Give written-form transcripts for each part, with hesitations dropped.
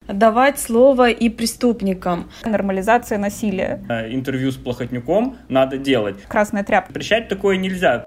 давать слово и преступникам. Нормализация насилия. Интервью с Плохотнюком надо делать. Красная тряпка. Запрещать такое нельзя.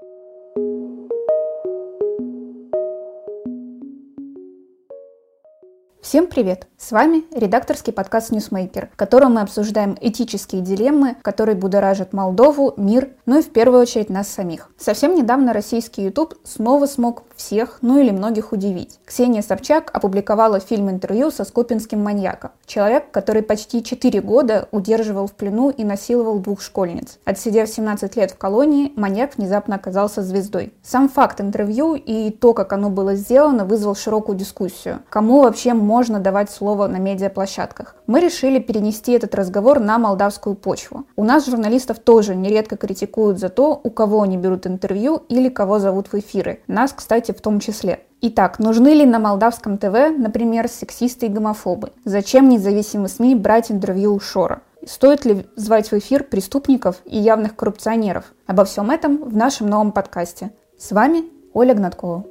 Всем привет! С вами редакторский подкаст «Ньюсмейкер», в котором мы обсуждаем этические дилеммы, которые будоражат Молдову, мир, ну и в первую очередь нас самих. Совсем недавно российский YouTube снова смог всех, ну или многих удивить. Ксения Собчак опубликовала фильм-интервью со скопинским маньяком. Человек, который почти 4 года удерживал в плену и насиловал 2 школьниц. Отсидев 17 лет в колонии, маньяк внезапно оказался звездой. Сам факт интервью и то, как оно было сделано, вызвал широкую дискуссию. Кому вообще можно давать слово на медиаплощадках? Мы решили перенести этот разговор на молдавскую почву. У нас журналистов тоже нередко критикуют за то, у кого они берут интервью или кого зовут в эфиры. Нас, кстати, в том числе. Итак, нужны ли на молдавском ТВ, например, сексисты и гомофобы? Зачем независимые СМИ брать интервью у Шора? Стоит ли звать в эфир преступников и явных коррупционеров? Обо всем этом в нашем новом подкасте. С вами Оля Гнаткова.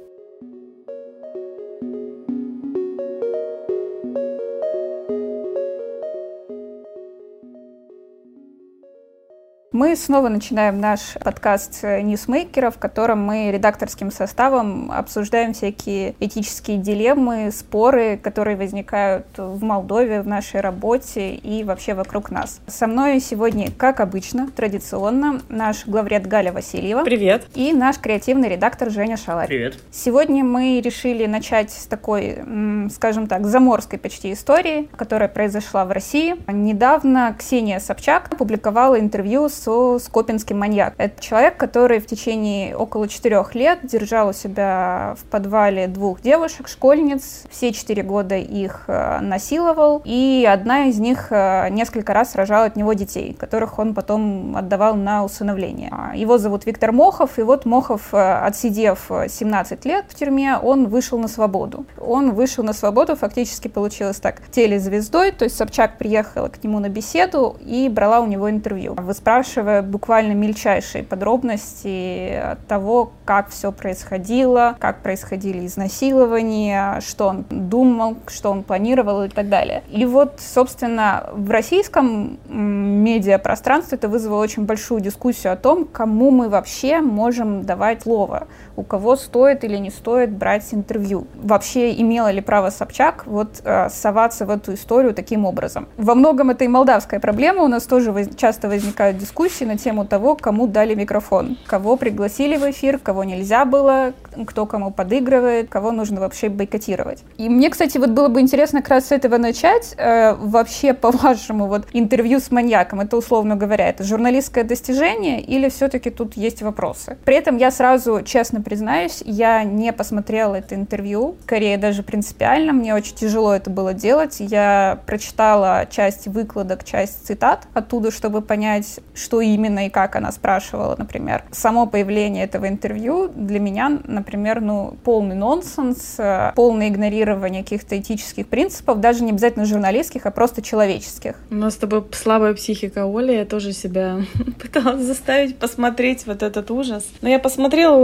Мы снова начинаем наш подкаст «Ньюсмейкера», в котором мы редакторским составом обсуждаем всякие этические дилеммы, споры, которые возникают в Молдове, в нашей работе и вообще вокруг нас. Со мной сегодня, как обычно, традиционно, наш главред Галя Васильева. Привет. И наш креативный редактор Женя Шаларь. Привет. Сегодня мы решили начать с такой, скажем так, заморской почти истории, которая произошла в России. Недавно Ксения Собчак опубликовала интервью со скопинским маньяком. Это человек, который в течение около 4 лет держал у себя в подвале 2 девушек, школьниц. Все 4 года их насиловал. И одна из них несколько раз рожала от него детей, которых он потом отдавал на усыновление. Его зовут Виктор Мохов. И вот Мохов, отсидев 17 лет в тюрьме, он вышел на свободу. Он вышел на свободу, фактически получилось так, телезвездой. То есть Собчак приехала к нему на беседу и брала у него интервью, выспрашивая буквально мельчайшие подробности того, как все происходило, как происходили изнасилования, что он думал, что он планировал и так далее. И вот, собственно, в российском медиапространстве это вызвало очень большую дискуссию о том, кому мы вообще можем давать слово, у кого стоит или не стоит брать интервью. Вообще имела ли право Собчак соваться в эту историю таким образом? Во многом это и молдавская проблема. У нас тоже часто возникают дискуссии на тему того, кому дали микрофон, кого пригласили в эфир, кого нельзя было, кто кому подыгрывает, кого нужно вообще бойкотировать. И мне, кстати, было бы интересно как раз с этого начать. Вообще, по-вашему, интервью с маньяком, это, условно говоря, это журналистское достижение или все-таки тут есть вопросы? При этом я сразу, честно признаюсь, я не посмотрела это интервью, скорее даже принципиально, мне очень тяжело это было делать. Я прочитала часть выкладок, часть цитат оттуда, чтобы понять, что именно и как она спрашивала, например. Само появление этого интервью для меня, например, полный нонсенс, полное игнорирование каких-то этических принципов, даже не обязательно журналистских, а просто человеческих. У нас с тобой слабая психика, Оля, я тоже себя пыталась заставить посмотреть вот этот ужас. Но я посмотрела,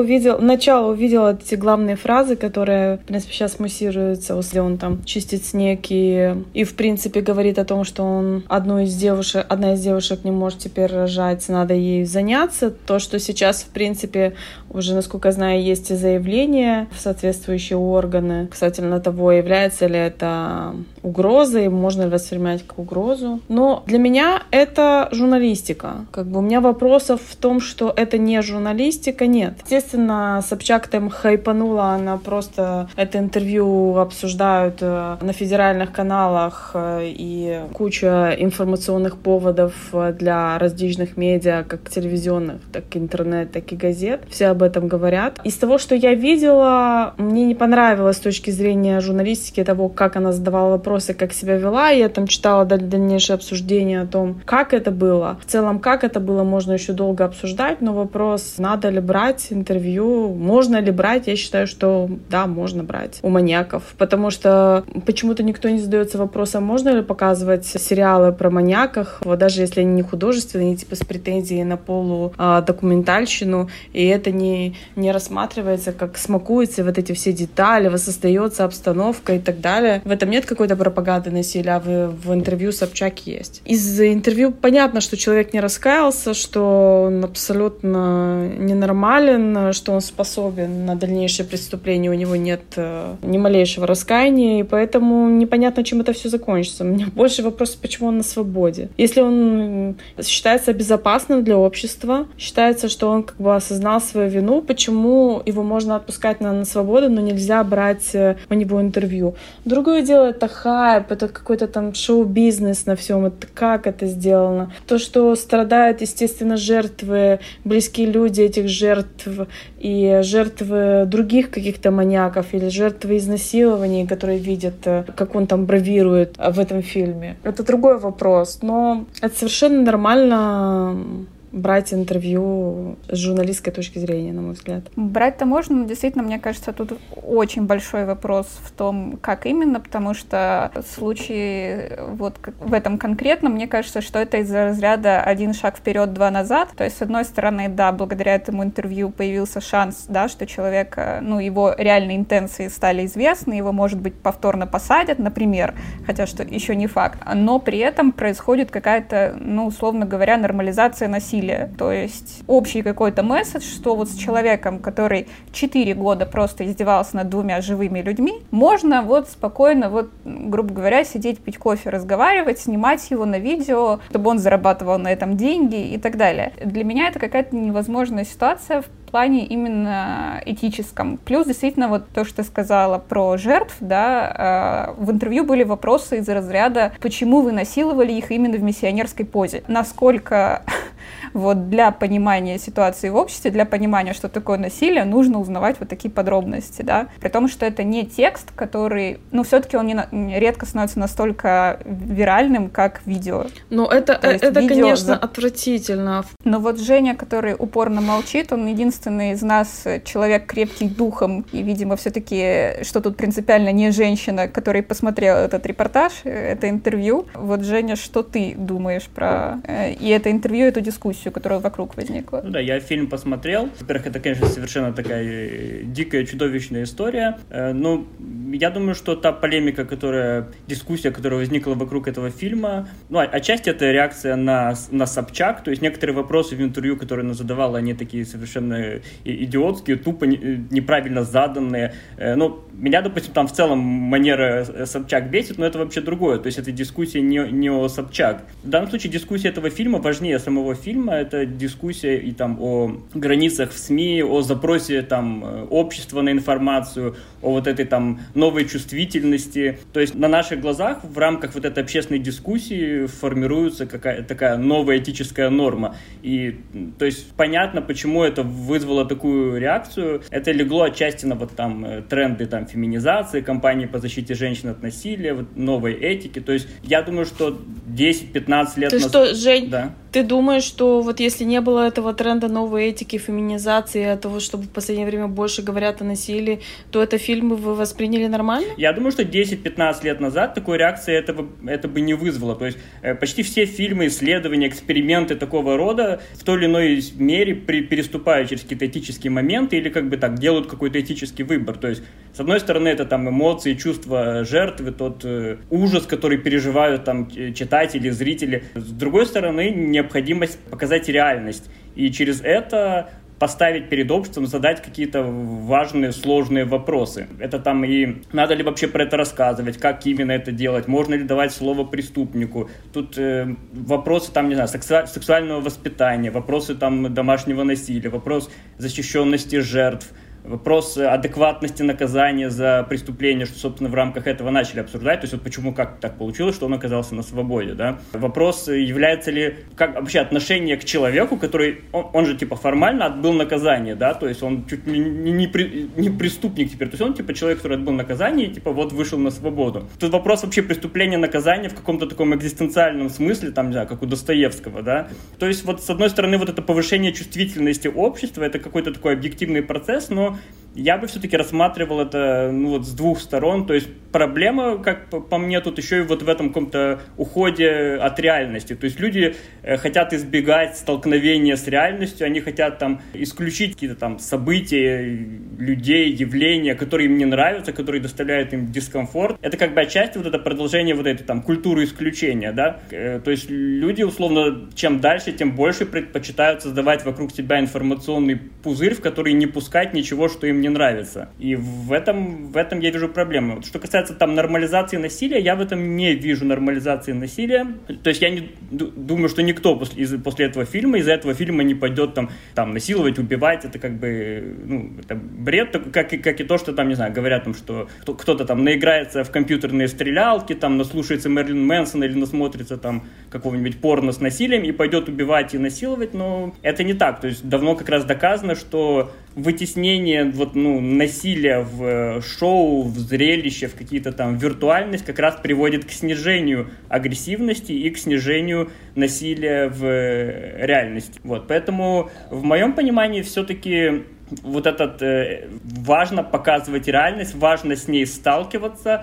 увидела эти главные фразы, которые, в принципе, сейчас муссируются, где он там чистит снег и в принципе, говорит о том, что он одна из девушек не может теперь рожать, надо ей заняться. То, что сейчас, в принципе, уже, насколько я знаю, есть и заявление в соответствующие органы касательно того, является ли это угрозой, можно ли воспринимать как угрозу. Но для меня это журналистика. У меня вопросов в том, что это не журналистика, нет. Естественно, Собчак там хайпанула, она просто это интервью обсуждают на федеральных каналах и куча информационных поводов для различных медиа, как телевизионных, так и интернет, так и газет. Все об этом говорят. Из того, что я видела, мне не понравилось с точки зрения журналистики того, как она задавала вопросы, как себя вела. Я там читала дальнейшее обсуждение о том, как это было. В целом, как это было, можно еще долго обсуждать, но вопрос, надо ли брать интервью, можно ли брать, я считаю, что да, можно брать у маньяков, потому что почему-то никто не задается вопросом, можно ли показывать сериалы про маньяков, даже если они не художественные, типа с претензией на полудокументальщину, и это не не рассматривается, как смакуются вот эти все детали, воссоздается обстановка и так далее. В этом нет какой-то пропаганды насилия, а в интервью Собчак есть. Из интервью понятно, что человек не раскаялся, что он абсолютно ненормален, что он способен на дальнейшее преступление, у него нет ни малейшего раскаяния, и поэтому непонятно, чем это все закончится. У меня больше вопрос, почему он на свободе. Если он считается безопасным для общества, считается, что он как бы осознал свою вину, почему его можно отпускать на свободу, но нельзя брать у него интервью. Другое дело, это хайп, это какой-то там шоу-бизнес на всем, это как это сделано. То, что страдают, естественно, жертвы, близкие люди этих жертв и жертвы других каких-то маньяков или жертвы изнасилований, которые видят, как он там бравирует в этом фильме. Это другой вопрос, но это совершенно нормально брать интервью с журналистской точки зрения, на мой взгляд. Брать-то можно, но действительно, мне кажется, тут очень большой вопрос в том, как именно, потому что в случае вот в этом конкретном, мне кажется, что это из-за разряда один шаг вперед, два назад. То есть, с одной стороны, да, благодаря этому интервью появился шанс, да, что человек, его реальные интенции стали известны, его, может быть, повторно посадят, например, хотя что еще не факт, но при этом происходит какая-то, условно говоря, нормализация насилия. То есть общий какой-то месседж, что вот с человеком, который 4 года просто издевался над 2 живыми людьми, можно вот спокойно, грубо говоря, сидеть, пить кофе, разговаривать, снимать его на видео, чтобы он зарабатывал на этом деньги и так далее. Для меня это какая-то невозможная ситуация в плане именно этическом. Плюс, действительно, вот то, что ты сказала про жертв, да, в интервью были вопросы из разряда, почему вы насиловали их именно в миссионерской позе. Насколько вот для понимания ситуации в обществе, для понимания, что такое насилие, нужно узнавать вот такие подробности, да. При том, что это не текст, который, все-таки он редко становится настолько виральным, как видео. Это конечно, отвратительно. Но вот Женя, который упорно молчит, он единственный из нас человек крепкий духом, и, видимо, все-таки, что тут принципиально не женщина, который посмотрел этот репортаж, это интервью. Вот, Женя, что ты думаешь про и это интервью, эту дискуссию, которая вокруг возникла? Да, я фильм посмотрел. Во-первых, это, конечно, совершенно такая дикая, чудовищная история. Но я думаю, что та полемика, дискуссия, которая возникла вокруг этого фильма, отчасти это реакция на Собчак, то есть некоторые вопросы в интервью, которые она задавала, они такие совершенно идиотские, тупо неправильно заданные. Меня, допустим, там в целом манера Собчак бесит, но это вообще другое. То есть это дискуссия не о Собчак. В данном случае дискуссия этого фильма важнее самого фильма. Это дискуссия и там о границах в СМИ, о запросе там общества на информацию, о вот этой там новой чувствительности. То есть на наших глазах в рамках вот этой общественной дискуссии формируется какая-то такая новая этическая норма. И то есть понятно, почему это вызвало такую реакцию. Это легло отчасти на вот там тренды там феминизации, кампании по защите женщин от насилия, вот, новой этики. То есть я думаю, что 10-15 лет назад... Что, Жень, да. Ты думаешь, что вот если не было этого тренда новой этики, феминизации, того, чтобы в последнее время больше говорят о насилии, то это фильмы вы восприняли нормально? Я думаю, что 10-15 лет назад такой реакции это бы не вызвало. То есть почти все фильмы, исследования, эксперименты такого рода в той или иной мере переступают через какие-то этические моменты или как бы так делают какой-то этический выбор. То есть с одной стороны это там эмоции, чувства жертвы, тот ужас, который переживают там читатели, зрители. С другой стороны необходимость показать реальность и через это поставить перед обществом, задать какие-то важные, сложные вопросы. Это там и надо ли вообще про это рассказывать, как именно это делать, можно ли давать слово преступнику. Тут вопросы там, не знаю, сексуального воспитания, вопросы там домашнего насилия, вопрос защищенности жертв, вопрос адекватности наказания за преступление, что, собственно, в рамках этого начали обсуждать. То есть вот почему, как так получилось, что он оказался на свободе, да? Вопрос, является ли, как вообще отношение к человеку, который, он же, типа, формально отбыл наказание, да? То есть он чуть не преступник теперь. То есть он, типа, человек, который отбыл наказание и, типа, вот вышел на свободу. Тут вопрос вообще преступления, наказания в каком-то таком экзистенциальном смысле, там, не знаю, как у Достоевского, да? То есть вот, с одной стороны, вот это повышение чувствительности общества, это какой-то такой объективный процесс, но я бы все-таки рассматривал это с двух сторон. То есть проблема, как по мне, тут еще и вот в этом каком-то уходе от реальности. То есть люди хотят избегать столкновения с реальностью, они хотят там исключить какие-то там события, людей, явления, которые им не нравятся, которые доставляют им дискомфорт. Это как бы отчасти вот это продолжение вот этой там культуры исключения, да. То есть люди, условно, чем дальше, тем больше предпочитают создавать вокруг себя информационный пузырь, в который не пускать ничего, что им не нравится. И в этом я вижу проблему. Что касается там нормализации насилия, я в этом не вижу нормализации насилия. То есть я не думаю, что никто после этого фильма, из-за этого фильма не пойдет там насиловать, убивать. Это как бы, это бред, как и то, что там, не знаю, говорят там, что кто-то там наиграется в компьютерные стрелялки, там наслушается Мэрилин Мэнсона или насмотрится там какого-нибудь порно с насилием и пойдет убивать и насиловать, но это не так. То есть давно как раз доказано, что вытеснение насилия в шоу, в зрелище, в какие-то там виртуальность как раз приводит к снижению агрессивности и к снижению насилия в реальности. Поэтому в моем понимании все-таки важно показывать реальность, важно с ней сталкиваться,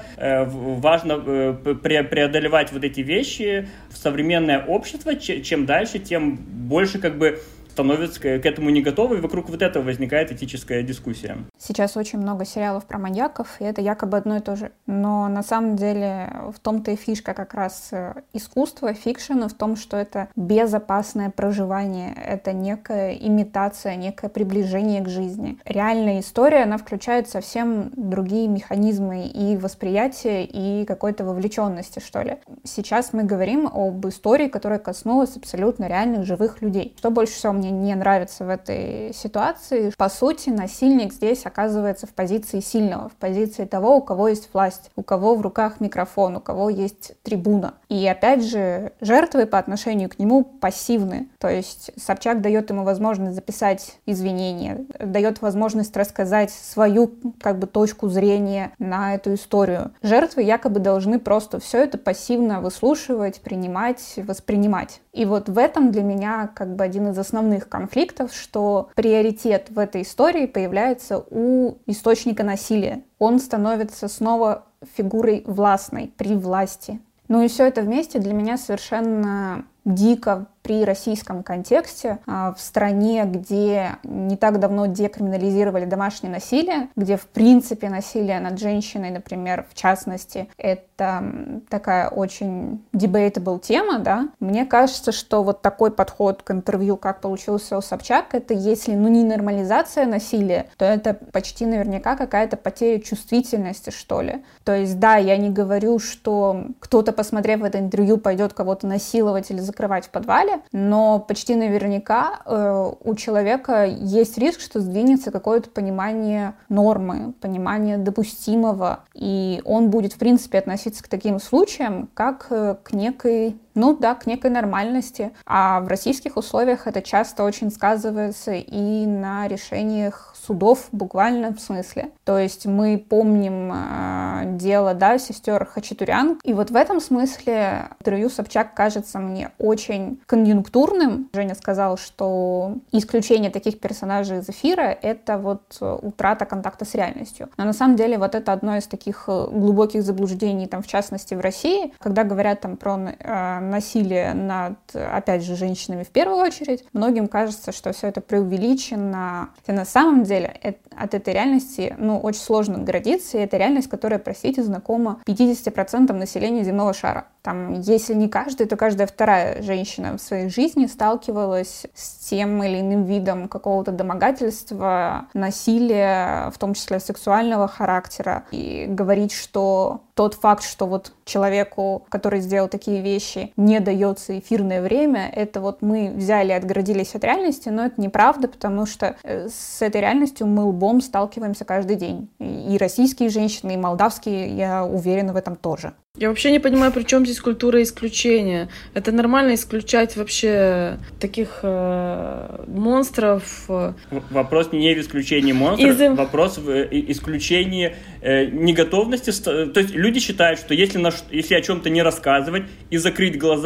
важно преодолевать вот эти вещи в современное общество. Чем дальше, тем больше как бы становятся к этому не готовы, и вокруг вот этого возникает этическая дискуссия. Сейчас очень много сериалов про маньяков, и это якобы одно и то же. Но на самом деле в том-то и фишка как раз искусства, фикшена, в том, что это безопасное проживание, это некая имитация, некое приближение к жизни. Реальная история, она включает совсем другие механизмы и восприятия, и какой-то вовлеченности, что ли. Сейчас мы говорим об истории, которая коснулась абсолютно реальных живых людей. Что больше всего мне не нравится в этой ситуации. По сути, насильник здесь оказывается в позиции сильного, в позиции того, у кого есть власть, у кого в руках микрофон, у кого есть трибуна. И опять же, жертвы по отношению к нему пассивны. То есть Собчак дает ему возможность записать извинения, дает возможность рассказать свою точку зрения на эту историю. Жертвы якобы должны просто все это пассивно выслушивать, принимать, воспринимать. И вот в этом для меня один из основных конфликтов, что приоритет в этой истории появляется у источника насилия. Он становится снова фигурой властной, при власти. И все это вместе для меня совершенно дико при российском контексте, в стране, где не так давно декриминализировали домашнее насилие, где в принципе насилие над женщиной, например, в частности, это такая очень debatable тема, да, мне кажется, что вот такой подход к интервью, как получился у Собчак, это если, не нормализация насилия, то это почти наверняка какая-то потеря чувствительности, что ли. То есть, да, я не говорю, что кто-то, посмотрев это интервью, пойдет кого-то насиловать или закрывать в подвале, но почти наверняка у человека есть риск, что сдвинется какое-то понимание нормы, понимание допустимого, и он будет, в принципе, относиться к таким случаям как к некой нормальности. А в российских условиях это часто очень сказывается и на решениях судов, буквально в смысле. То есть мы помним дело, сестер Хачатурян, и вот в этом смысле интервью Собчак кажется мне очень конъюнктурным. Женя сказал, что исключение таких персонажей из эфира — это утрата контакта с реальностью. Но на самом деле это одно из таких глубоких заблуждений, в частности в России, когда говорят про насилие над, опять же, женщинами в первую очередь, многим кажется, что все это преувеличено. И на самом деле от этой реальности, очень сложно отгородиться, и это реальность, которая, простите, знакома 50% населения земного шара. Если не каждая, то каждая вторая женщина в своей жизни сталкивалась с тем или иным видом какого-то домогательства, насилия, в том числе сексуального характера. И говорить, что тот факт, что человеку, который сделал такие вещи, не дается эфирное время, это мы взяли и отгородились от реальности, но это неправда, потому что с этой реальностью мы лбом сталкиваемся каждый день. И российские женщины, и молдавские, я уверена, в этом тоже. Я вообще не понимаю, при чем здесь культура исключения. Это нормально исключать вообще таких монстров. Вопрос не в исключении монстров, вопрос в исключении неготовности. То есть люди считают, что если о чем-то не рассказывать и закрыть глаза,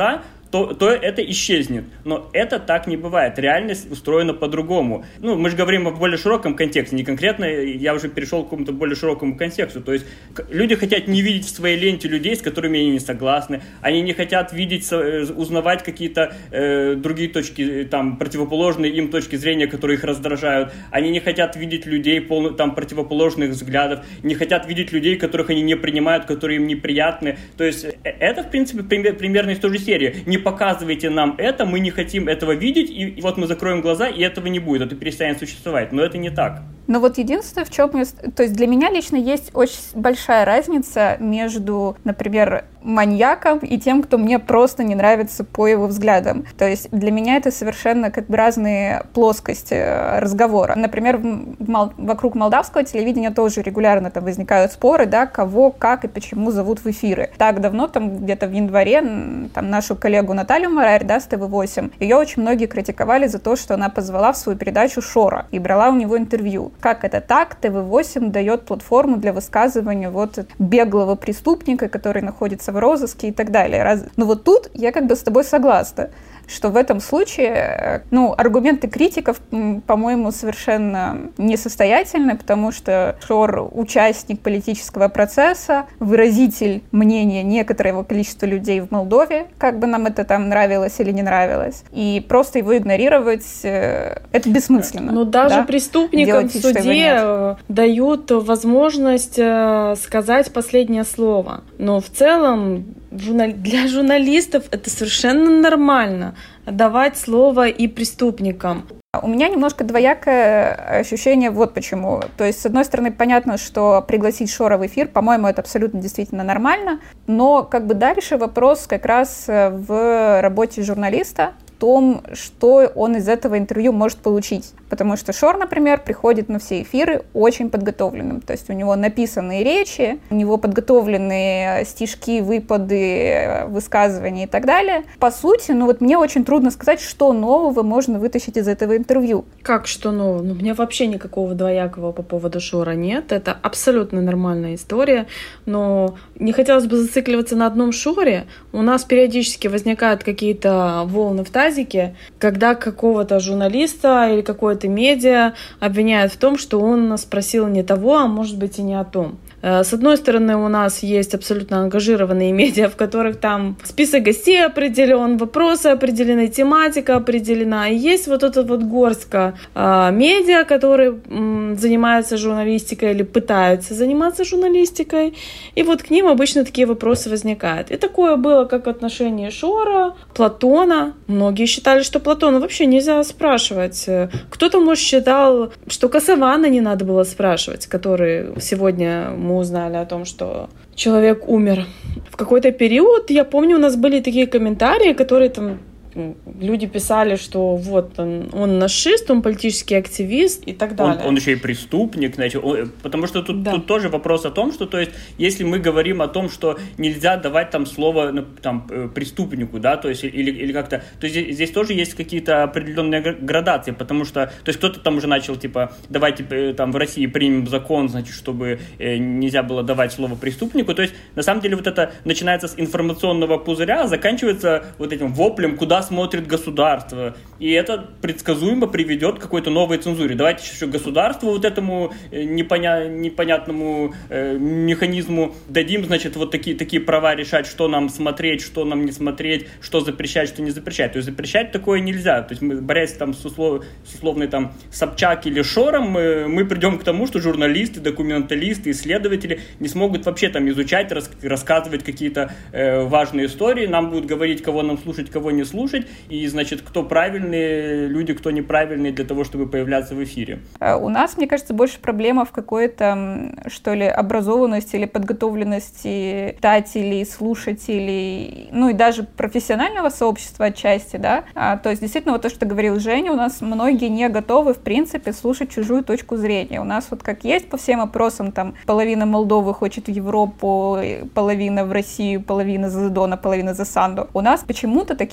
то это исчезнет. Но это так не бывает. Реальность устроена по-другому. Ну, мы же говорим о более широком контексте. Не конкретно, я уже перешел к какому-то более широкому контексту. То есть люди хотят не видеть в своей ленте людей, с которыми они не согласны. Они не хотят видеть, узнавать какие-то другие точки, там, противоположные им точки зрения, которые их раздражают. Они не хотят видеть людей там, противоположных взглядов. Не хотят видеть людей, которых они не принимают, которые им неприятны. То есть это, в принципе, примерно из той же серии. Не показывайте нам это, мы не хотим этого видеть, и вот мы закроем глаза, и этого не будет, это перестанет существовать. Но это не так. Но вот единственное, в чем... То есть для меня лично есть очень большая разница между, например, маньяком и тем, кто мне просто не нравится по его взглядам. То есть для меня это совершенно как бы разные плоскости разговора. Например, вокруг молдавского телевидения тоже регулярно там возникают споры, да, кого, как и почему зовут в эфиры. Так давно, там где-то в январе, там нашу коллегу Наталью Марарь, да, с ТВ-8, ее очень многие критиковали за то, что она позвала в свою передачу Шора и брала у него интервью. Как это так? ТВ-8 дает платформу для высказывания вот беглого преступника, который находится в розыске и так далее. Но вот тут я как бы с тобой согласна, что в этом случае, аргументы критиков, по-моему, совершенно несостоятельны, потому что Шор — участник политического процесса, выразитель мнения некоторого количества людей в Молдове, как бы нам это там нравилось или не нравилось, и просто его игнорировать — это бессмысленно. Но даже преступникам в суде дают возможность сказать последнее слово. Но в целом для журналистов это совершенно нормально давать слово и преступникам. У меня немножко двоякое ощущение, вот почему. То есть, с одной стороны, понятно, что пригласить Шора в эфир, по-моему, это абсолютно действительно нормально, но как бы дальше вопрос как раз в работе журналиста, том, что он из этого интервью может получить. Потому что Шор, например, приходит на все эфиры очень подготовленным. То есть у него написанные речи, у него подготовленные стишки, выпады, высказывания и так далее. По сути, мне очень трудно сказать, что нового можно вытащить из этого интервью. Как что нового? У меня вообще никакого двоякого по поводу Шора нет. Это абсолютно нормальная история. Но не хотелось бы зацикливаться на одном Шоре. У нас периодически возникают какие-то волны в тазе, когда какого-то журналиста или какое-то медиа обвиняют в том, что он спросил не того, а может быть и не о том. С одной стороны, у нас есть абсолютно ангажированные медиа, в которых там список гостей определен, вопросы определены, тематика определена. И есть вот эта вот горстка медиа, которые занимаются журналистикой или пытаются заниматься журналистикой. И вот к ним обычно такие вопросы возникают. И такое было как в отношении Шора, Платона. Многие считали, что Платона вообще нельзя спрашивать. Кто-то, может, считал, что Косована не надо было спрашивать, который сегодня мы узнали о том, что человек умер. В какой-то период, я помню, у нас были такие комментарии, которые там люди писали, что вот он нашист, он политический активист и так далее. Он еще и преступник, значит, потому что тут тоже вопрос о том, что, то есть, если мы говорим о том, что нельзя давать там слово там, преступнику, да, то есть, или как-то, то есть здесь тоже есть какие-то определенные градации, потому что, то есть кто-то там уже начал, типа, давайте там в России примем закон, значит, чтобы нельзя было давать слово преступнику, то есть, на самом деле, вот это начинается с информационного пузыря, заканчивается вот этим воплем, куда смотрит государство. И это предсказуемо приведет к какой-то новой цензуре. Давайте еще государству вот этому непонятному механизму дадим, значит, вот такие права решать, что нам смотреть, что нам не смотреть, что запрещать, что не запрещать. То есть запрещать такое нельзя. То есть мы, борясь там с условной там Собчак или Шором, мы придем к тому, что журналисты, документалисты, исследователи не смогут вообще там изучать, рассказывать какие-то важные истории. Нам будут говорить, кого нам слушать, кого не слушать. И, значит, кто правильные люди, кто неправильные для того, чтобы появляться в эфире. У нас, мне кажется, больше проблема в какой-то, что ли, образованности или подготовленности читателей, слушателей, и даже профессионального сообщества отчасти, да. То есть, действительно, вот то, что говорил Женя, у нас многие не готовы, в принципе, слушать чужую точку зрения. У нас вот как есть по всем опросам, там, половина Молдовы хочет в Европу, половина в Россию, половина за Дона, половина за Санду. У нас почему-то таким же образом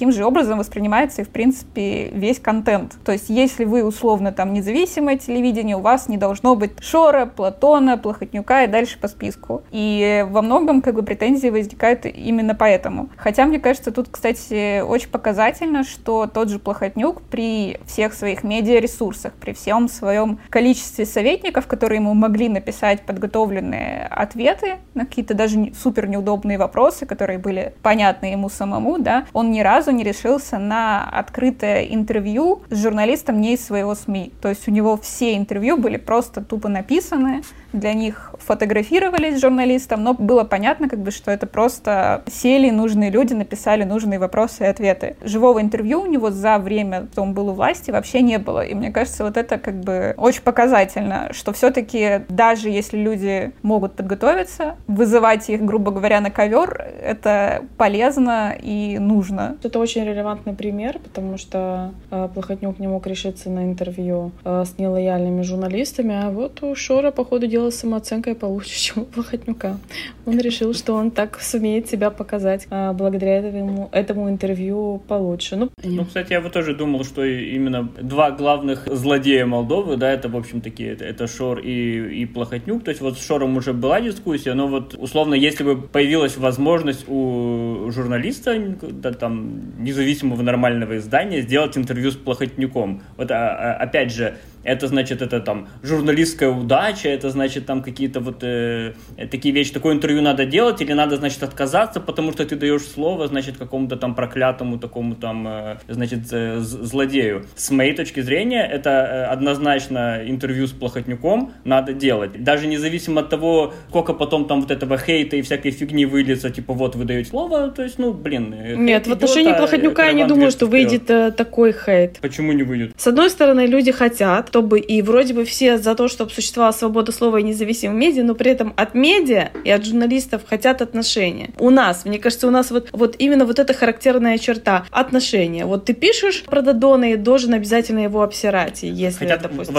образом воспринимается и, в принципе, весь контент. То есть, если вы, условно, там, независимое телевидение, у вас не должно быть Шора, Платона, Плохотнюка и дальше по списку. И во многом, как бы, претензии возникают именно поэтому. Хотя, мне кажется, тут, кстати, очень показательно, что тот же Плохотнюк при всех своих медиаресурсах, при всем своем количестве советников, которые ему могли написать подготовленные ответы на какие-то даже супер неудобные вопросы, которые были понятны ему самому, да, он ни разу не решился на открытое интервью с журналистом не из своего СМИ. То есть у него все интервью были просто тупо написаны, для них фотографировались с журналистом, но было понятно, как бы, что это просто сели нужные люди, написали нужные вопросы и ответы. Живого интервью у него за время, что он был у власти, вообще не было. И мне кажется, вот это как бы очень показательно, что все-таки даже если люди могут подготовиться, вызывать их, грубо говоря, на ковер, это полезно и нужно. Это очень релевантный пример, потому что Плохотнюк не мог решиться на интервью с нелояльными журналистами, а вот у Шора, по ходу дела, с самооценкой получше, чем у Плохотнюка. Он решил, что он так сумеет себя показать благодаря этому интервью получше. Ну, кстати, я вот тоже думал, что именно два главных злодея Молдовы, да, это, в общем-таки, это Шор и Плохотнюк. То есть вот с Шором уже была дискуссия, но вот, условно, если бы появилась возможность у журналиста, да, там, независимого нормального издания, сделать интервью с Плохотнюком. Вот, опять же, это значит, это там журналистская удача, это значит там какие-то вот такие вещи, такое интервью надо делать или надо, значит, отказаться, потому что ты даешь слово, значит, какому-то там проклятому такому там, значит, злодею. С моей точки зрения, это однозначно интервью с Плохотнюком надо делать. Даже независимо от того, сколько потом там вот этого хейта и всякой фигни выльется, типа вот вы даете слово, то есть, ну, блин. Нет, в отношении Плохотнюка я не думаю, что выйдет такой хейт. Почему не выйдет? С одной стороны, люди хотят, чтобы и вроде бы все за то, чтобы существовала свобода слова и независимые медиа, но при этом от медиа и от журналистов хотят отношения. У нас, мне кажется, у нас вот именно вот эта характерная черта — отношения. Вот ты пишешь про Додона и должен обязательно его обсирать, если, допустим...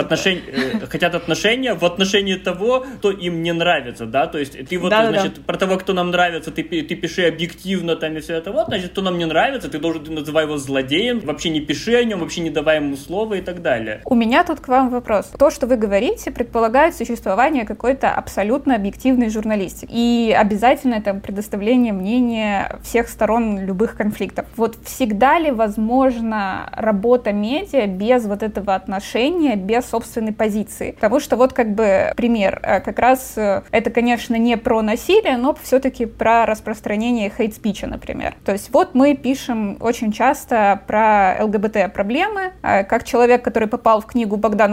Хотят отношения в отношении того, кто им не нравится, да, то есть ты вот, значит, про того, кто нам нравится, ты пиши объективно там и все это, вот, значит, кто нам не нравится, ты называй его злодеем, вообще не пиши о нем, вообще не давай ему слова и так далее. У меня тут к вам вопрос. То, что вы говорите, предполагает существование какой-то абсолютно объективной журналистики и обязательное там предоставление мнения всех сторон любых конфликтов. Вот всегда ли возможна работа медиа без вот этого отношения, без собственной позиции? Потому что вот как бы пример. Как раз это, конечно, не про насилие, но все-таки про распространение хейт-спича, например. То есть вот мы пишем очень часто про ЛГБТ-проблемы. Как человек, который попал в книгу Богдана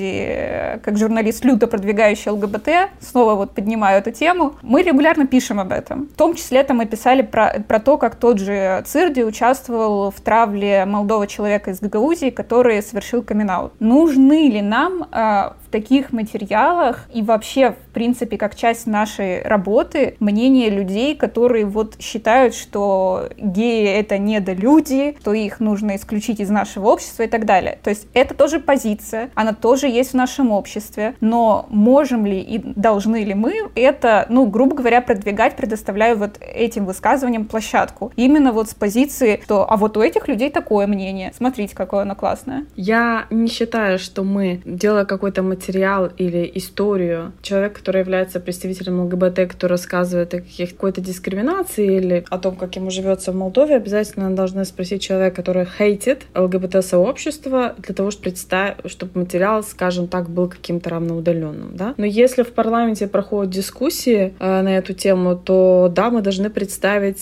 Цирди, как журналист, люто продвигающий ЛГБТ, снова вот поднимаю эту тему, мы регулярно пишем об этом. В том числе там мы писали про то, как тот же Цирди участвовал в травле молодого человека из Гагаузии, который совершил камин-аут. Нужны ли нам в таких материалах и вообще, в принципе, как часть нашей работы, мнение людей, которые вот считают, что геи — это недолюди, что их нужно исключить из нашего общества и так далее. То есть это тоже позиция, она тоже есть в нашем обществе, но можем ли и должны ли мы это, ну, грубо говоря, продвигать, предоставляя вот этим высказываниям площадку. Именно вот с позиции, что а вот у этих людей такое мнение, смотрите, какое оно классное. Я не считаю, что мы, делая какой-то материал или историю, человек, который является представителем ЛГБТ, кто рассказывает о какой-то дискриминации или о том, как ему живется в Молдове, обязательно должны спросить человека, который хейтит ЛГБТ-сообщество, для того, чтобы материал, скажем так, был каким-то равноудаленным, да. Но если в парламенте проходят дискуссии на эту тему, то да, мы должны представить,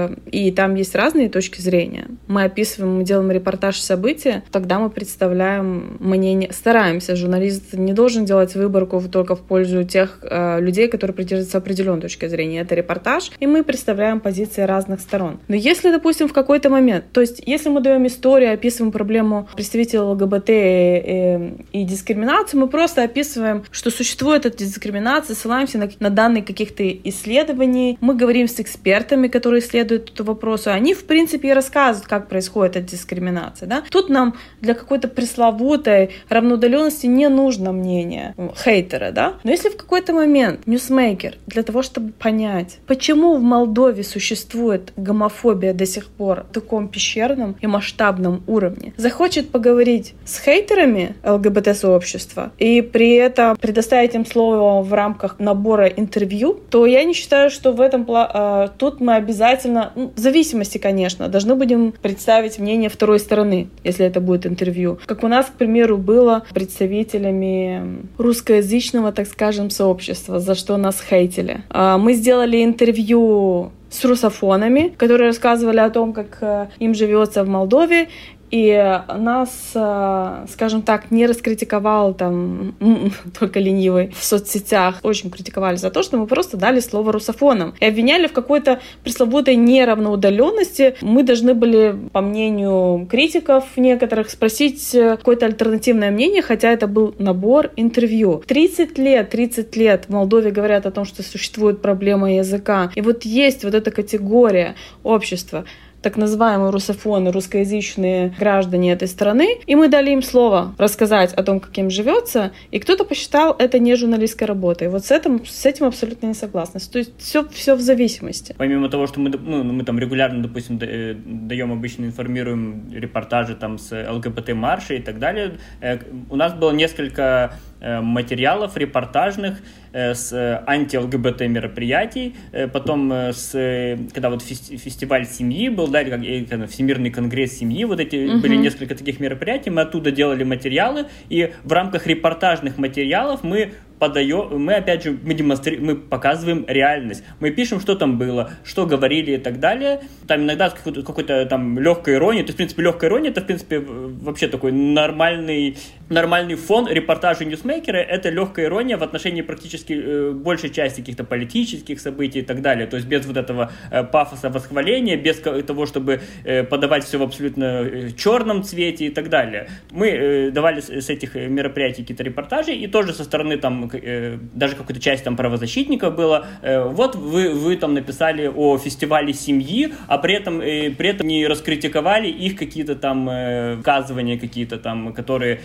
и там есть разные точки зрения. Мы описываем, мы делаем репортаж события, тогда мы представляем мнение, стараемся. Журналист не должен делать выборку только в пользу тех людей, которые придерживаются определенной точки зрения. Это репортаж, и мы представляем позиции разных сторон. Но если, допустим, в какой-то момент, то есть если мы даем историю, описываем проблему представителей ЛГБТ и дискриминацию, мы просто описываем, что существует эта дискриминация, ссылаемся на данные каких-то исследований, мы говорим с экспертами, которые исследуют этот вопрос, и они, в принципе, и рассказывают, как происходит эта дискриминация. Да? Тут нам для какой-то пресловутой равноудаленности не нужно на мнение хейтера, да? Но если в какой-то момент ньюсмейкер для того, чтобы понять, почему в Молдове существует гомофобия до сих пор в таком пещерном и масштабном уровне, захочет поговорить с хейтерами ЛГБТ-сообщества и при этом предоставить им слово в рамках набора интервью, то я не считаю, что в этом тут мы обязательно, в зависимости, конечно, должны будем представить мнение второй стороны, если это будет интервью. Как у нас, к примеру, было представителями русскоязычного, так скажем, сообщества, за что нас хейтили. Мы сделали интервью с русофонами, которые рассказывали о том, как им живется в Молдове, и нас, скажем так, не раскритиковал там только ленивый в соцсетях. Очень критиковали за то, что мы просто дали слово русофонам. И обвиняли в какой-то пресловутой неравноудаленности. Мы должны были, по мнению критиков некоторых, спросить какое-то альтернативное мнение, хотя это был набор интервью. 30 лет в Молдове говорят о том, что существует проблема языка. И вот есть вот эта категория общества, так называемые русофоны, русскоязычные граждане этой страны, и мы дали им слово рассказать о том, как им живется, и кто-то посчитал это не журналистской работой. Вот с этим абсолютно не согласна. То есть все в зависимости. Помимо того, что мы там регулярно, допустим, даем, обычно информируем репортажи там с ЛГБТ-марша и так далее, у нас было несколько материалов репортажных с анти-ЛГБТ мероприятий, потом когда вот фестиваль семьи был, да, или Всемирный конгресс семьи, вот эти были несколько таких мероприятий, мы оттуда делали материалы, и в рамках репортажных материалов мы опять же, мы показываем реальность. Мы пишем, что там было, что говорили и так далее. Там иногда с какой-то там легкой иронией. То есть, в принципе, легкая ирония — это, в принципе, вообще такой нормальный фон репортажа ньюсмейкера. Это легкая ирония в отношении практически большей части каких-то политических событий и так далее. То есть, без вот этого пафоса восхваления, без того, чтобы подавать все в абсолютно черном цвете и так далее. Мы давали с этих мероприятий какие-то репортажи, и тоже со стороны там даже какая-то часть там правозащитников было, вот вы там написали о фестивале семьи, а при этом не раскритиковали их какие-то там высказывания какие-то там, которые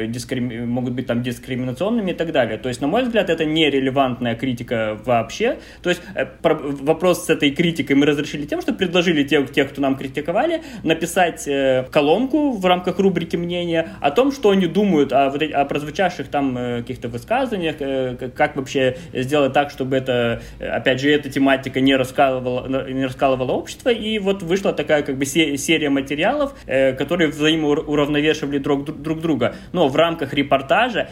могут быть там дискриминационными и так далее. То есть, на мой взгляд, это нерелевантная критика вообще. То есть, вопрос с этой критикой мы разрешили тем, что предложили тех, кто нам критиковали, написать колонку в рамках рубрики «Мнения» о том, что они думают о прозвучавших там каких-то высказываниях, как вообще сделать так, чтобы опять же, эта тематика не раскалывала общество, и вот вышла такая как бы серия материалов, которые взаимоуравновешивали друг друга. Но в рамках репортажа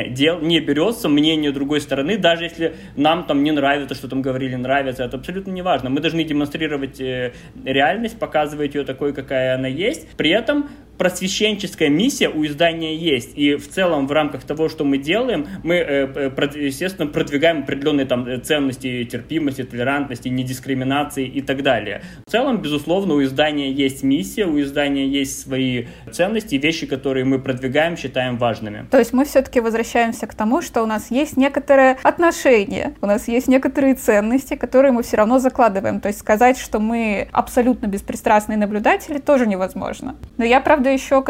не берется мнение другой стороны, даже если нам там не нравится, что там говорили, нравится, это абсолютно не важно. Мы должны демонстрировать реальность, показывать ее такой, какая она есть. При этом просвещенческая миссия у издания есть. И в целом в рамках того, что мы делаем, мы, естественно, продвигаем определенные там ценности терпимости, толерантности, недискриминации и так далее. В целом, безусловно, у издания есть миссия, у издания есть свои ценности, вещи, которые мы продвигаем, считаем важными. То есть мы все-таки возвращаемся к тому, что у нас есть некоторое отношение, у нас есть некоторые ценности, которые мы все равно закладываем. То есть сказать, что мы абсолютно беспристрастные наблюдатели, тоже невозможно. Но я, правда, еще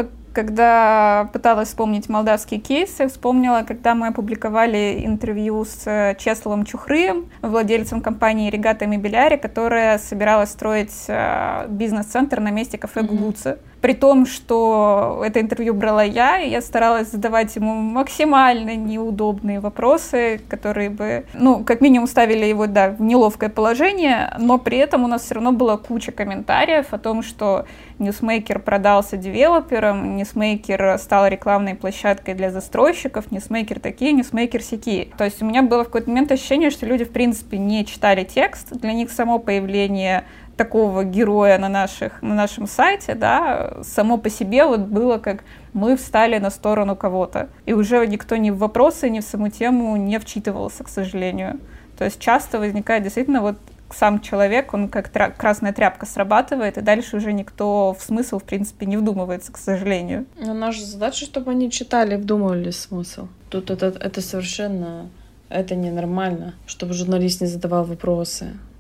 когда пыталась вспомнить молдавские кейсы, вспомнила, когда мы опубликовали интервью с Чесловым Чухрыем, владельцем компании «Регата Мебеляри», которая собиралась строить бизнес-центр на месте кафе «Гугуца». При том, что это интервью брала я, и я старалась задавать ему максимально неудобные вопросы, которые бы, как минимум ставили его, в неловкое положение, но при этом у нас все равно была куча комментариев о том, что ньюсмейкер продался девелоперам, ньюсмейкер стал рекламной площадкой для застройщиков, ньюсмейкер такие, ньюсмейкер сякие. То есть у меня было в какой-то момент ощущение, что люди, в принципе, не читали текст, для них само появление такого героя на нашем сайте, само по себе было как мы встали на сторону кого-то. И уже никто ни в вопросы, ни в саму тему не вчитывался, к сожалению. То есть часто возникает действительно сам человек, он как красная тряпка срабатывает, и дальше уже никто в смысл, в принципе, не вдумывается, к сожалению. Но наша задача, чтобы они читали и вдумывались в смысл. Тут это совершенно... Это ненормально, чтобы журналист не задавал вопросы.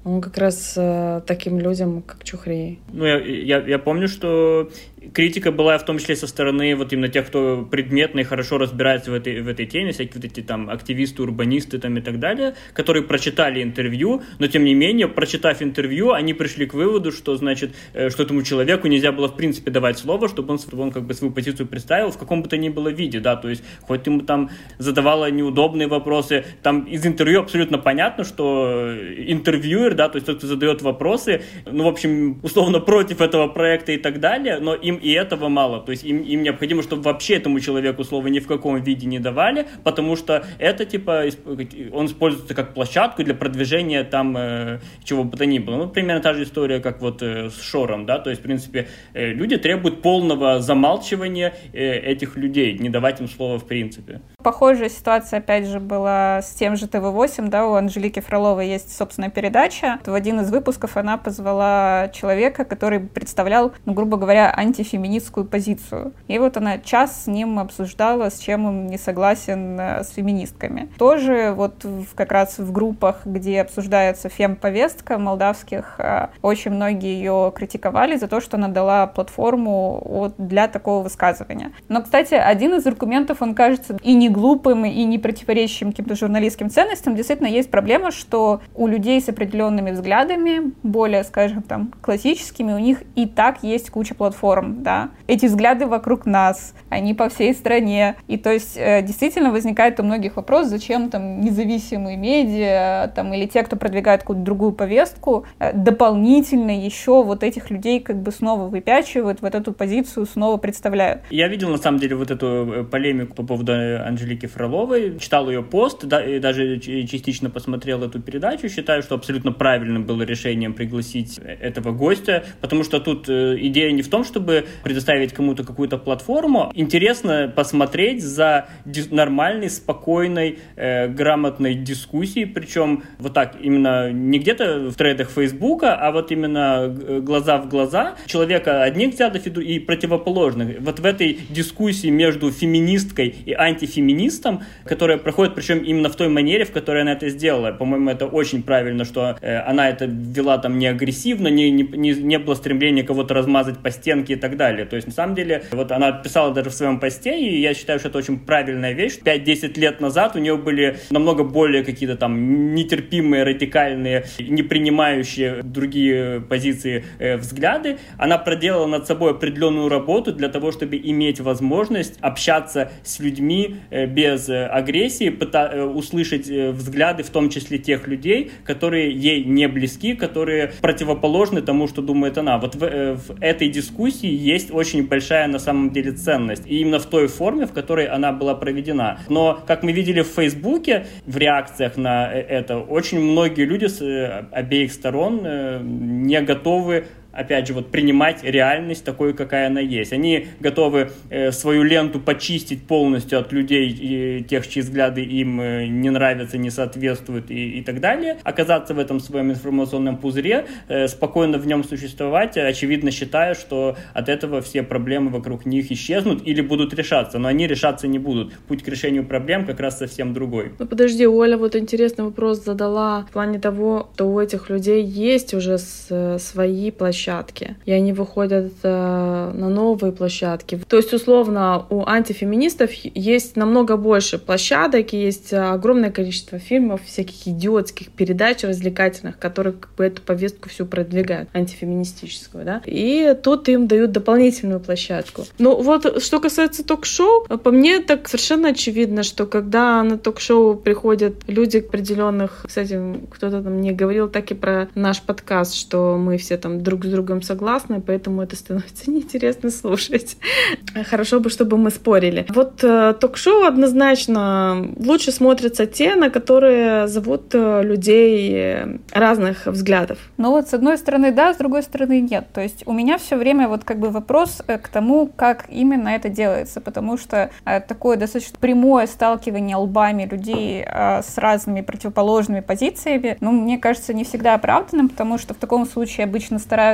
Он как раз таким людям, как Чухрей. Ну, я помню, что критика была в том числе со стороны вот именно тех, кто предметно и хорошо разбирается в этой теме, всякие вот эти там активисты, урбанисты там и так далее, которые прочитали интервью, но тем не менее, прочитав интервью, они пришли к выводу, что, значит, что этому человеку нельзя было в принципе давать слово, чтобы он как бы свою позицию представил в каком бы то ни было виде, да, то есть хоть ему там задавала неудобные вопросы, там из интервью абсолютно понятно, что интервьюер, да, то есть тот, кто задает вопросы, ну, в общем, условно против этого проекта и так далее, но им и этого мало, то есть им необходимо, чтобы вообще этому человеку слова ни в каком виде не давали, потому что это, типа, он используется как площадку для продвижения там чего бы то ни было. Ну, примерно та же история, как вот с Шором, да, то есть, в принципе, люди требуют полного замалчивания этих людей, не давать им слова в принципе. Похожая ситуация, опять же, была с тем же ТВ-8, да, у Анжелики Фроловой есть собственная передача. В один из выпусков она позвала человека, который представлял, ну, грубо говоря, антифеминистскую позицию. И вот она час с ним обсуждала, с чем он не согласен с феминистками. Тоже вот как раз в группах, где обсуждается фемповестка молдавских, очень многие ее критиковали за то, что она дала платформу для такого высказывания. Но, кстати, один из аргументов, он кажется и не глупым, и не противоречащим каким-то журналистским ценностям. Действительно, есть проблема, что у людей с определенными взглядами, более, скажем, там, классическими, у них и так есть куча платформ, да. Эти взгляды вокруг нас, они по всей стране. И то есть действительно возникает у многих вопрос, зачем там независимые медиа, там, или те, кто продвигает какую-то другую повестку, дополнительно еще вот этих людей как бы снова выпячивают, вот эту позицию снова представляют. Я видел, на самом деле, вот эту полемику по поводу Анжелики Фроловой, читал ее пост, да, и даже частично посмотрел эту передачу. Считаю, что абсолютно правильным было решением пригласить этого гостя, потому что тут идея не в том, чтобы предоставить кому-то какую-то платформу. Интересно посмотреть за нормальной, спокойной, грамотной дискуссией, причем вот так, именно не где-то в трейдах Фейсбука, а вот именно глаза в глаза человека одних взглядов и противоположных. Вот в этой дискуссии между феминисткой и антифеминистом, которая проходит, причем именно в той манере, в которой она это сделала. По-моему, это очень правильно, что она это вела там не агрессивно, не было стремления кого-то размазать по стенке и так далее. То есть, на самом деле, вот она писала даже в своем посте, и я считаю, что это очень правильная вещь. 5-10 лет назад у нее были намного более какие-то там нетерпимые, радикальные, не принимающие другие позиции взгляды. Она проделала над собой определенную работу для того, чтобы иметь возможность общаться с людьми без агрессии, услышать взгляды, в том числе тех людей, которые ей не близки, которые противоположны тому, что думает она. Вот в этой дискуссии есть очень большая на самом деле ценность. И именно в той форме, в которой она была проведена. Но, как мы видели в Фейсбуке, в реакциях на это, очень многие люди с обеих сторон не готовы, опять же, вот принимать реальность такой, какая она есть. Они готовы свою ленту почистить полностью от людей, тех, чьи взгляды им не нравятся, не соответствуют и так далее, оказаться в этом своем информационном пузыре, спокойно в нем существовать, очевидно считая, что от этого все проблемы вокруг них исчезнут или будут решаться, но они решаться не будут. Путь к решению проблем как раз совсем другой. Ну подожди, Оля вот интересный вопрос задала в плане того, что у этих людей есть уже свои площадки, и они выходят на новые площадки. То есть, условно, у антифеминистов есть намного больше площадок, и есть огромное количество фильмов, всяких идиотских передач развлекательных, которые как бы эту повестку всю продвигают, антифеминистическую, да. И тут им дают дополнительную площадку. Но вот что касается ток-шоу, по мне так совершенно очевидно, что когда на ток-шоу приходят люди определенных, кстати, кто-то там мне говорил так и про наш подкаст, что мы все там друг с другом согласны, поэтому это становится неинтересно слушать. Хорошо бы, чтобы мы спорили. Вот ток-шоу однозначно лучше смотрятся те, на которые зовут людей разных взглядов. Ну вот с одной стороны да, с другой стороны нет. То есть у меня все время вот как бы вопрос к тому, как именно это делается, потому что такое достаточно прямое сталкивание лбами людей с разными противоположными позициями, ну, мне кажется, не всегда оправданным, потому что в таком случае обычно стараются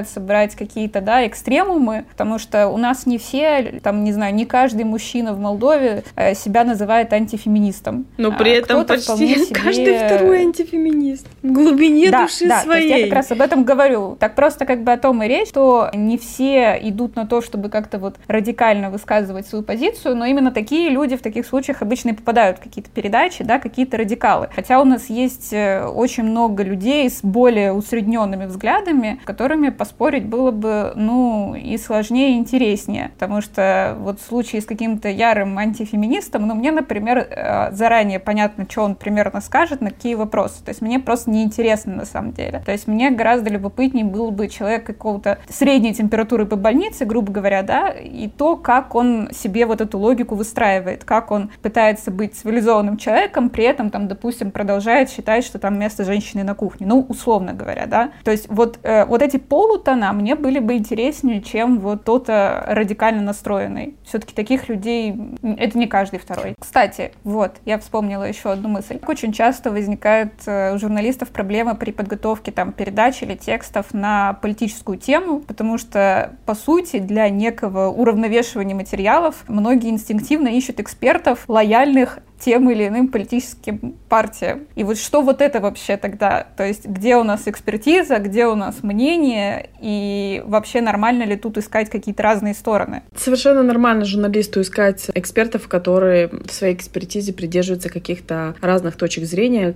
стараются брать какие-то, да, экстремумы, потому что у нас не все, там, не знаю, не каждый мужчина в Молдове себя называет антифеминистом. Но при этом почти каждый второй антифеминист. В глубине души своей. Я как раз об этом говорю. Так просто как бы о том и речь, что не все идут на то, чтобы как-то вот радикально высказывать свою позицию, но именно такие люди в таких случаях обычно и попадают в какие-то передачи, да, какие-то радикалы. Хотя у нас есть очень много людей с более усредненными взглядами, которыми поспорить было бы, ну, и сложнее, и интереснее. Потому что вот в случае с каким-то ярым антифеминистом, ну, мне, например, заранее понятно, что он примерно скажет, на какие вопросы. То есть мне просто неинтересно на самом деле. То есть мне гораздо любопытнее был бы человек какого-то средней температуры по больнице, грубо говоря, да, и то, как он себе вот эту логику выстраивает, как он пытается быть цивилизованным человеком, при этом, там, допустим, продолжает считать, что там место женщины на кухне, ну, условно говоря, да. То есть вот эти полутона мне были бы интереснее, чем вот кто-то радикально настроенный. Все-таки таких людей, это не каждый второй. Кстати, вот, я вспомнила еще одну мысль. Очень часто возникает у журналистов проблема при подготовке там передач или текстов на политическую тему, потому что, по сути, для некого уравновешивания материалов многие инстинктивно ищут экспертов, лояльных тем или иным политическим партиям. И вот что вот это вообще тогда? То есть где у нас экспертиза, где у нас мнение, и вообще нормально ли тут искать какие-то разные стороны? Совершенно нормально журналисту искать экспертов, которые в своей экспертизе придерживаются каких-то разных точек зрения,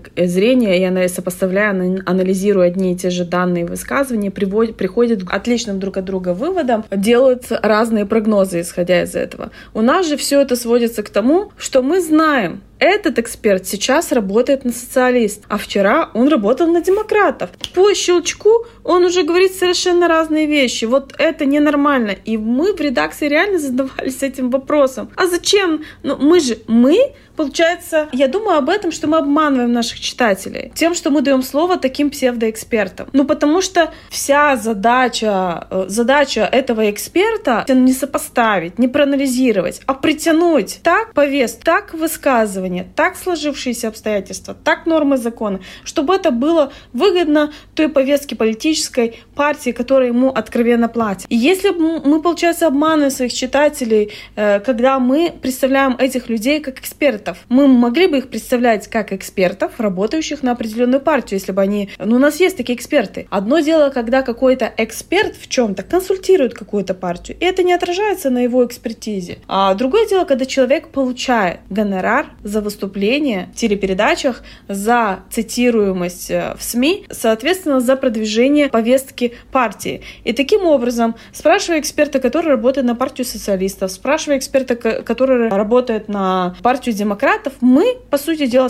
и сопоставляя, анализируя одни и те же данные высказывания, приходят к отличным друг от друга выводам, делают разные прогнозы, исходя из этого. У нас же все это сводится к тому, что мы знаем, этот эксперт сейчас работает на социалист, а вчера он работал на демократов. По щелчку он уже говорит совершенно разные вещи. Вот это ненормально. И мы в редакции реально задавались этим вопросом. А зачем? Ну, мы, получается, я думаю об этом, что мы обманываем наших читателей тем, что мы даем слово таким псевдоэкспертам. Ну, потому что вся задача этого эксперта не сопоставить, не проанализировать, а притянуть так повестку, так высказывание, так сложившиеся обстоятельства, так нормы закона, чтобы это было выгодно той повестке политической партии, которая ему откровенно платит. И если мы, получается, обманываем своих читателей, когда мы представляем этих людей как экспертов, мы могли бы их представлять как экспертов, работающих на определенную партию, если бы они... Ну, у нас есть такие эксперты. Одно дело, когда какой-то эксперт в чем-то консультирует какую-то партию, и это не отражается на его экспертизе. А другое дело, когда человек получает гонорар за выступление в телепередачах, за цитируемость в СМИ, соответственно, за продвижение повестки партии. И таким образом, спрашивая эксперта, который работает на партию социалистов, спрашивая эксперта, который работает на партию демократов, мы, по сути дела,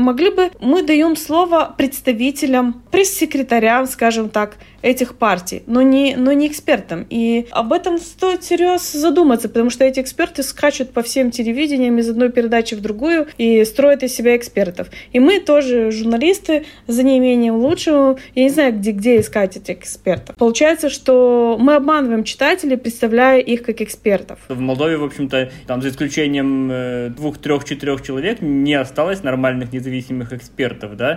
мы даем слово представителям, пресс-секретарям, скажем так, этих партий, но не экспертам. И об этом стоит серьезно задуматься, потому что эти эксперты скачут по всем телевидениям из одной передачи в другую и строят из себя экспертов. И мы тоже, журналисты, за неимением лучшего, я не знаю, где искать этих экспертов. Получается, что мы обманываем читателей, представляя их как экспертов. В Молдове, в общем-то, там за исключением 2, 3, 4 человек не осталось нормальных независимых экспертов, да,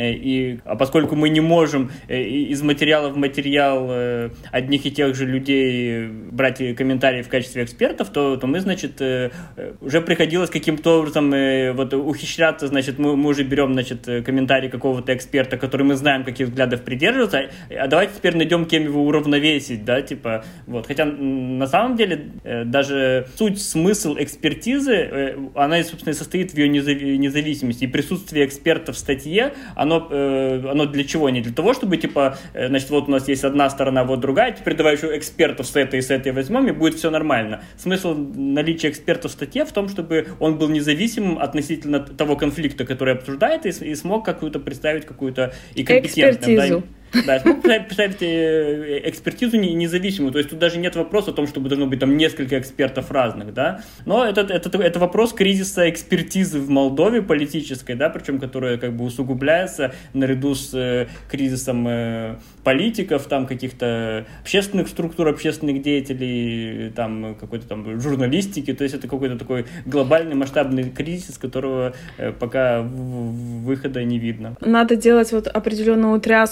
а поскольку мы не можем из материала в материал одних и тех же людей брать комментарии в качестве экспертов, то мы, значит, уже приходилось каким-то образом вот ухищряться, значит, мы уже берем, значит, комментарий какого-то эксперта, который мы знаем, каких взглядов придерживается, а давайте теперь найдем, кем его уравновесить, да, типа, вот. Хотя на самом деле даже суть, смысл экспертизы, она, собственно, состоит в ее независимости, и присутствие эксперта в статье, оно для чего? Не для того, чтобы, типа, значит, вот у нас есть одна сторона, вот другая, теперь давай еще экспертов с этой возьмем, и будет все нормально. Смысл наличия эксперта в статье в том, чтобы он был независимым относительно того конфликта, который обсуждает, и смог какую-то представить какую-то и компетентную. Да, смог представить экспертизу независимую, то есть тут даже нет вопроса о том, чтобы должно быть там несколько экспертов разных, да, но это вопрос кризиса экспертизы в Молдове политической, да, причем которая как бы усугубляется наряду с кризисом политиков, там каких-то общественных структур, общественных деятелей, там какой-то там журналистики, то есть это какой-то такой глобальный масштабный кризис, которого пока выхода не видно. Надо делать вот определенную утряску в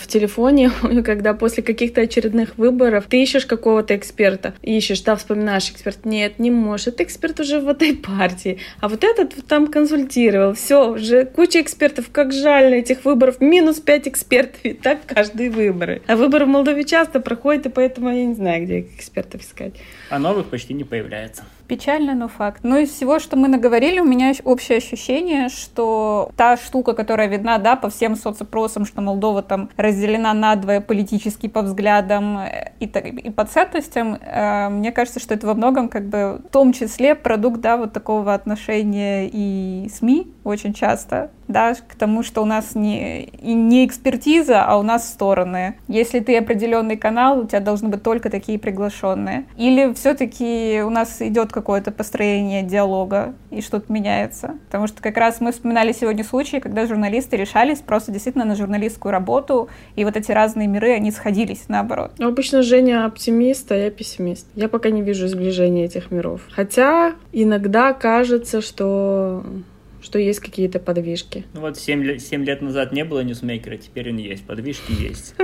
в телефоне, когда после каких-то очередных выборов ты ищешь какого-то эксперта, вспоминаешь эксперт, нет, не можешь, этот эксперт уже в этой партии, а вот этот там консультировал, все, уже куча экспертов, как жаль на этих выборов, минус 5 экспертов, и так каждые выборы. А выборы в Молдове часто проходят, и поэтому я не знаю, где экспертов искать. А новых почти не появляется. Печально, но факт. Но из всего, что мы наговорили, у меня общее ощущение, что та штука, которая видна, да, по всем соцопросам, что Молдова там разделена надвое политически по взглядам и по ценностям, мне кажется, что это во многом как бы в том числе продукт, да, вот такого отношения и СМИ очень часто, да, к тому, что у нас не экспертиза, а у нас стороны. Если ты определенный канал, у тебя должны быть только такие приглашенные. Или все-таки у нас идет какое-то построение диалога и что-то меняется. Потому что как раз мы вспоминали сегодня случаи, когда журналисты решались просто действительно на журналистскую работу, и вот эти разные миры, они сходились наоборот. Обычно Женя оптимист, а я пессимист. Я пока не вижу сближения этих миров. Хотя иногда кажется, что есть какие-то подвижки. Ну вот 7 лет назад не было ньюсмейкера, теперь он есть, подвижки есть.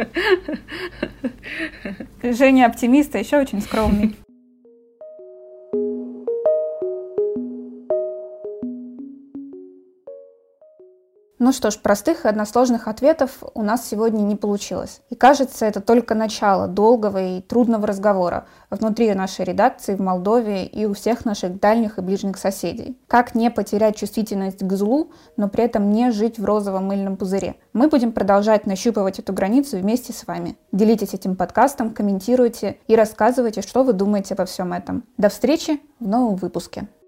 Женя оптимист, а еще очень скромный. Ну что ж, простых и односложных ответов у нас сегодня не получилось. И кажется, это только начало долгого и трудного разговора внутри нашей редакции в Молдове и у всех наших дальних и ближних соседей. Как не потерять чувствительность к злу, но при этом не жить в розовом мыльном пузыре? Мы будем продолжать нащупывать эту границу вместе с вами. Делитесь этим подкастом, комментируйте и рассказывайте, что вы думаете обо всем этом. До встречи в новом выпуске.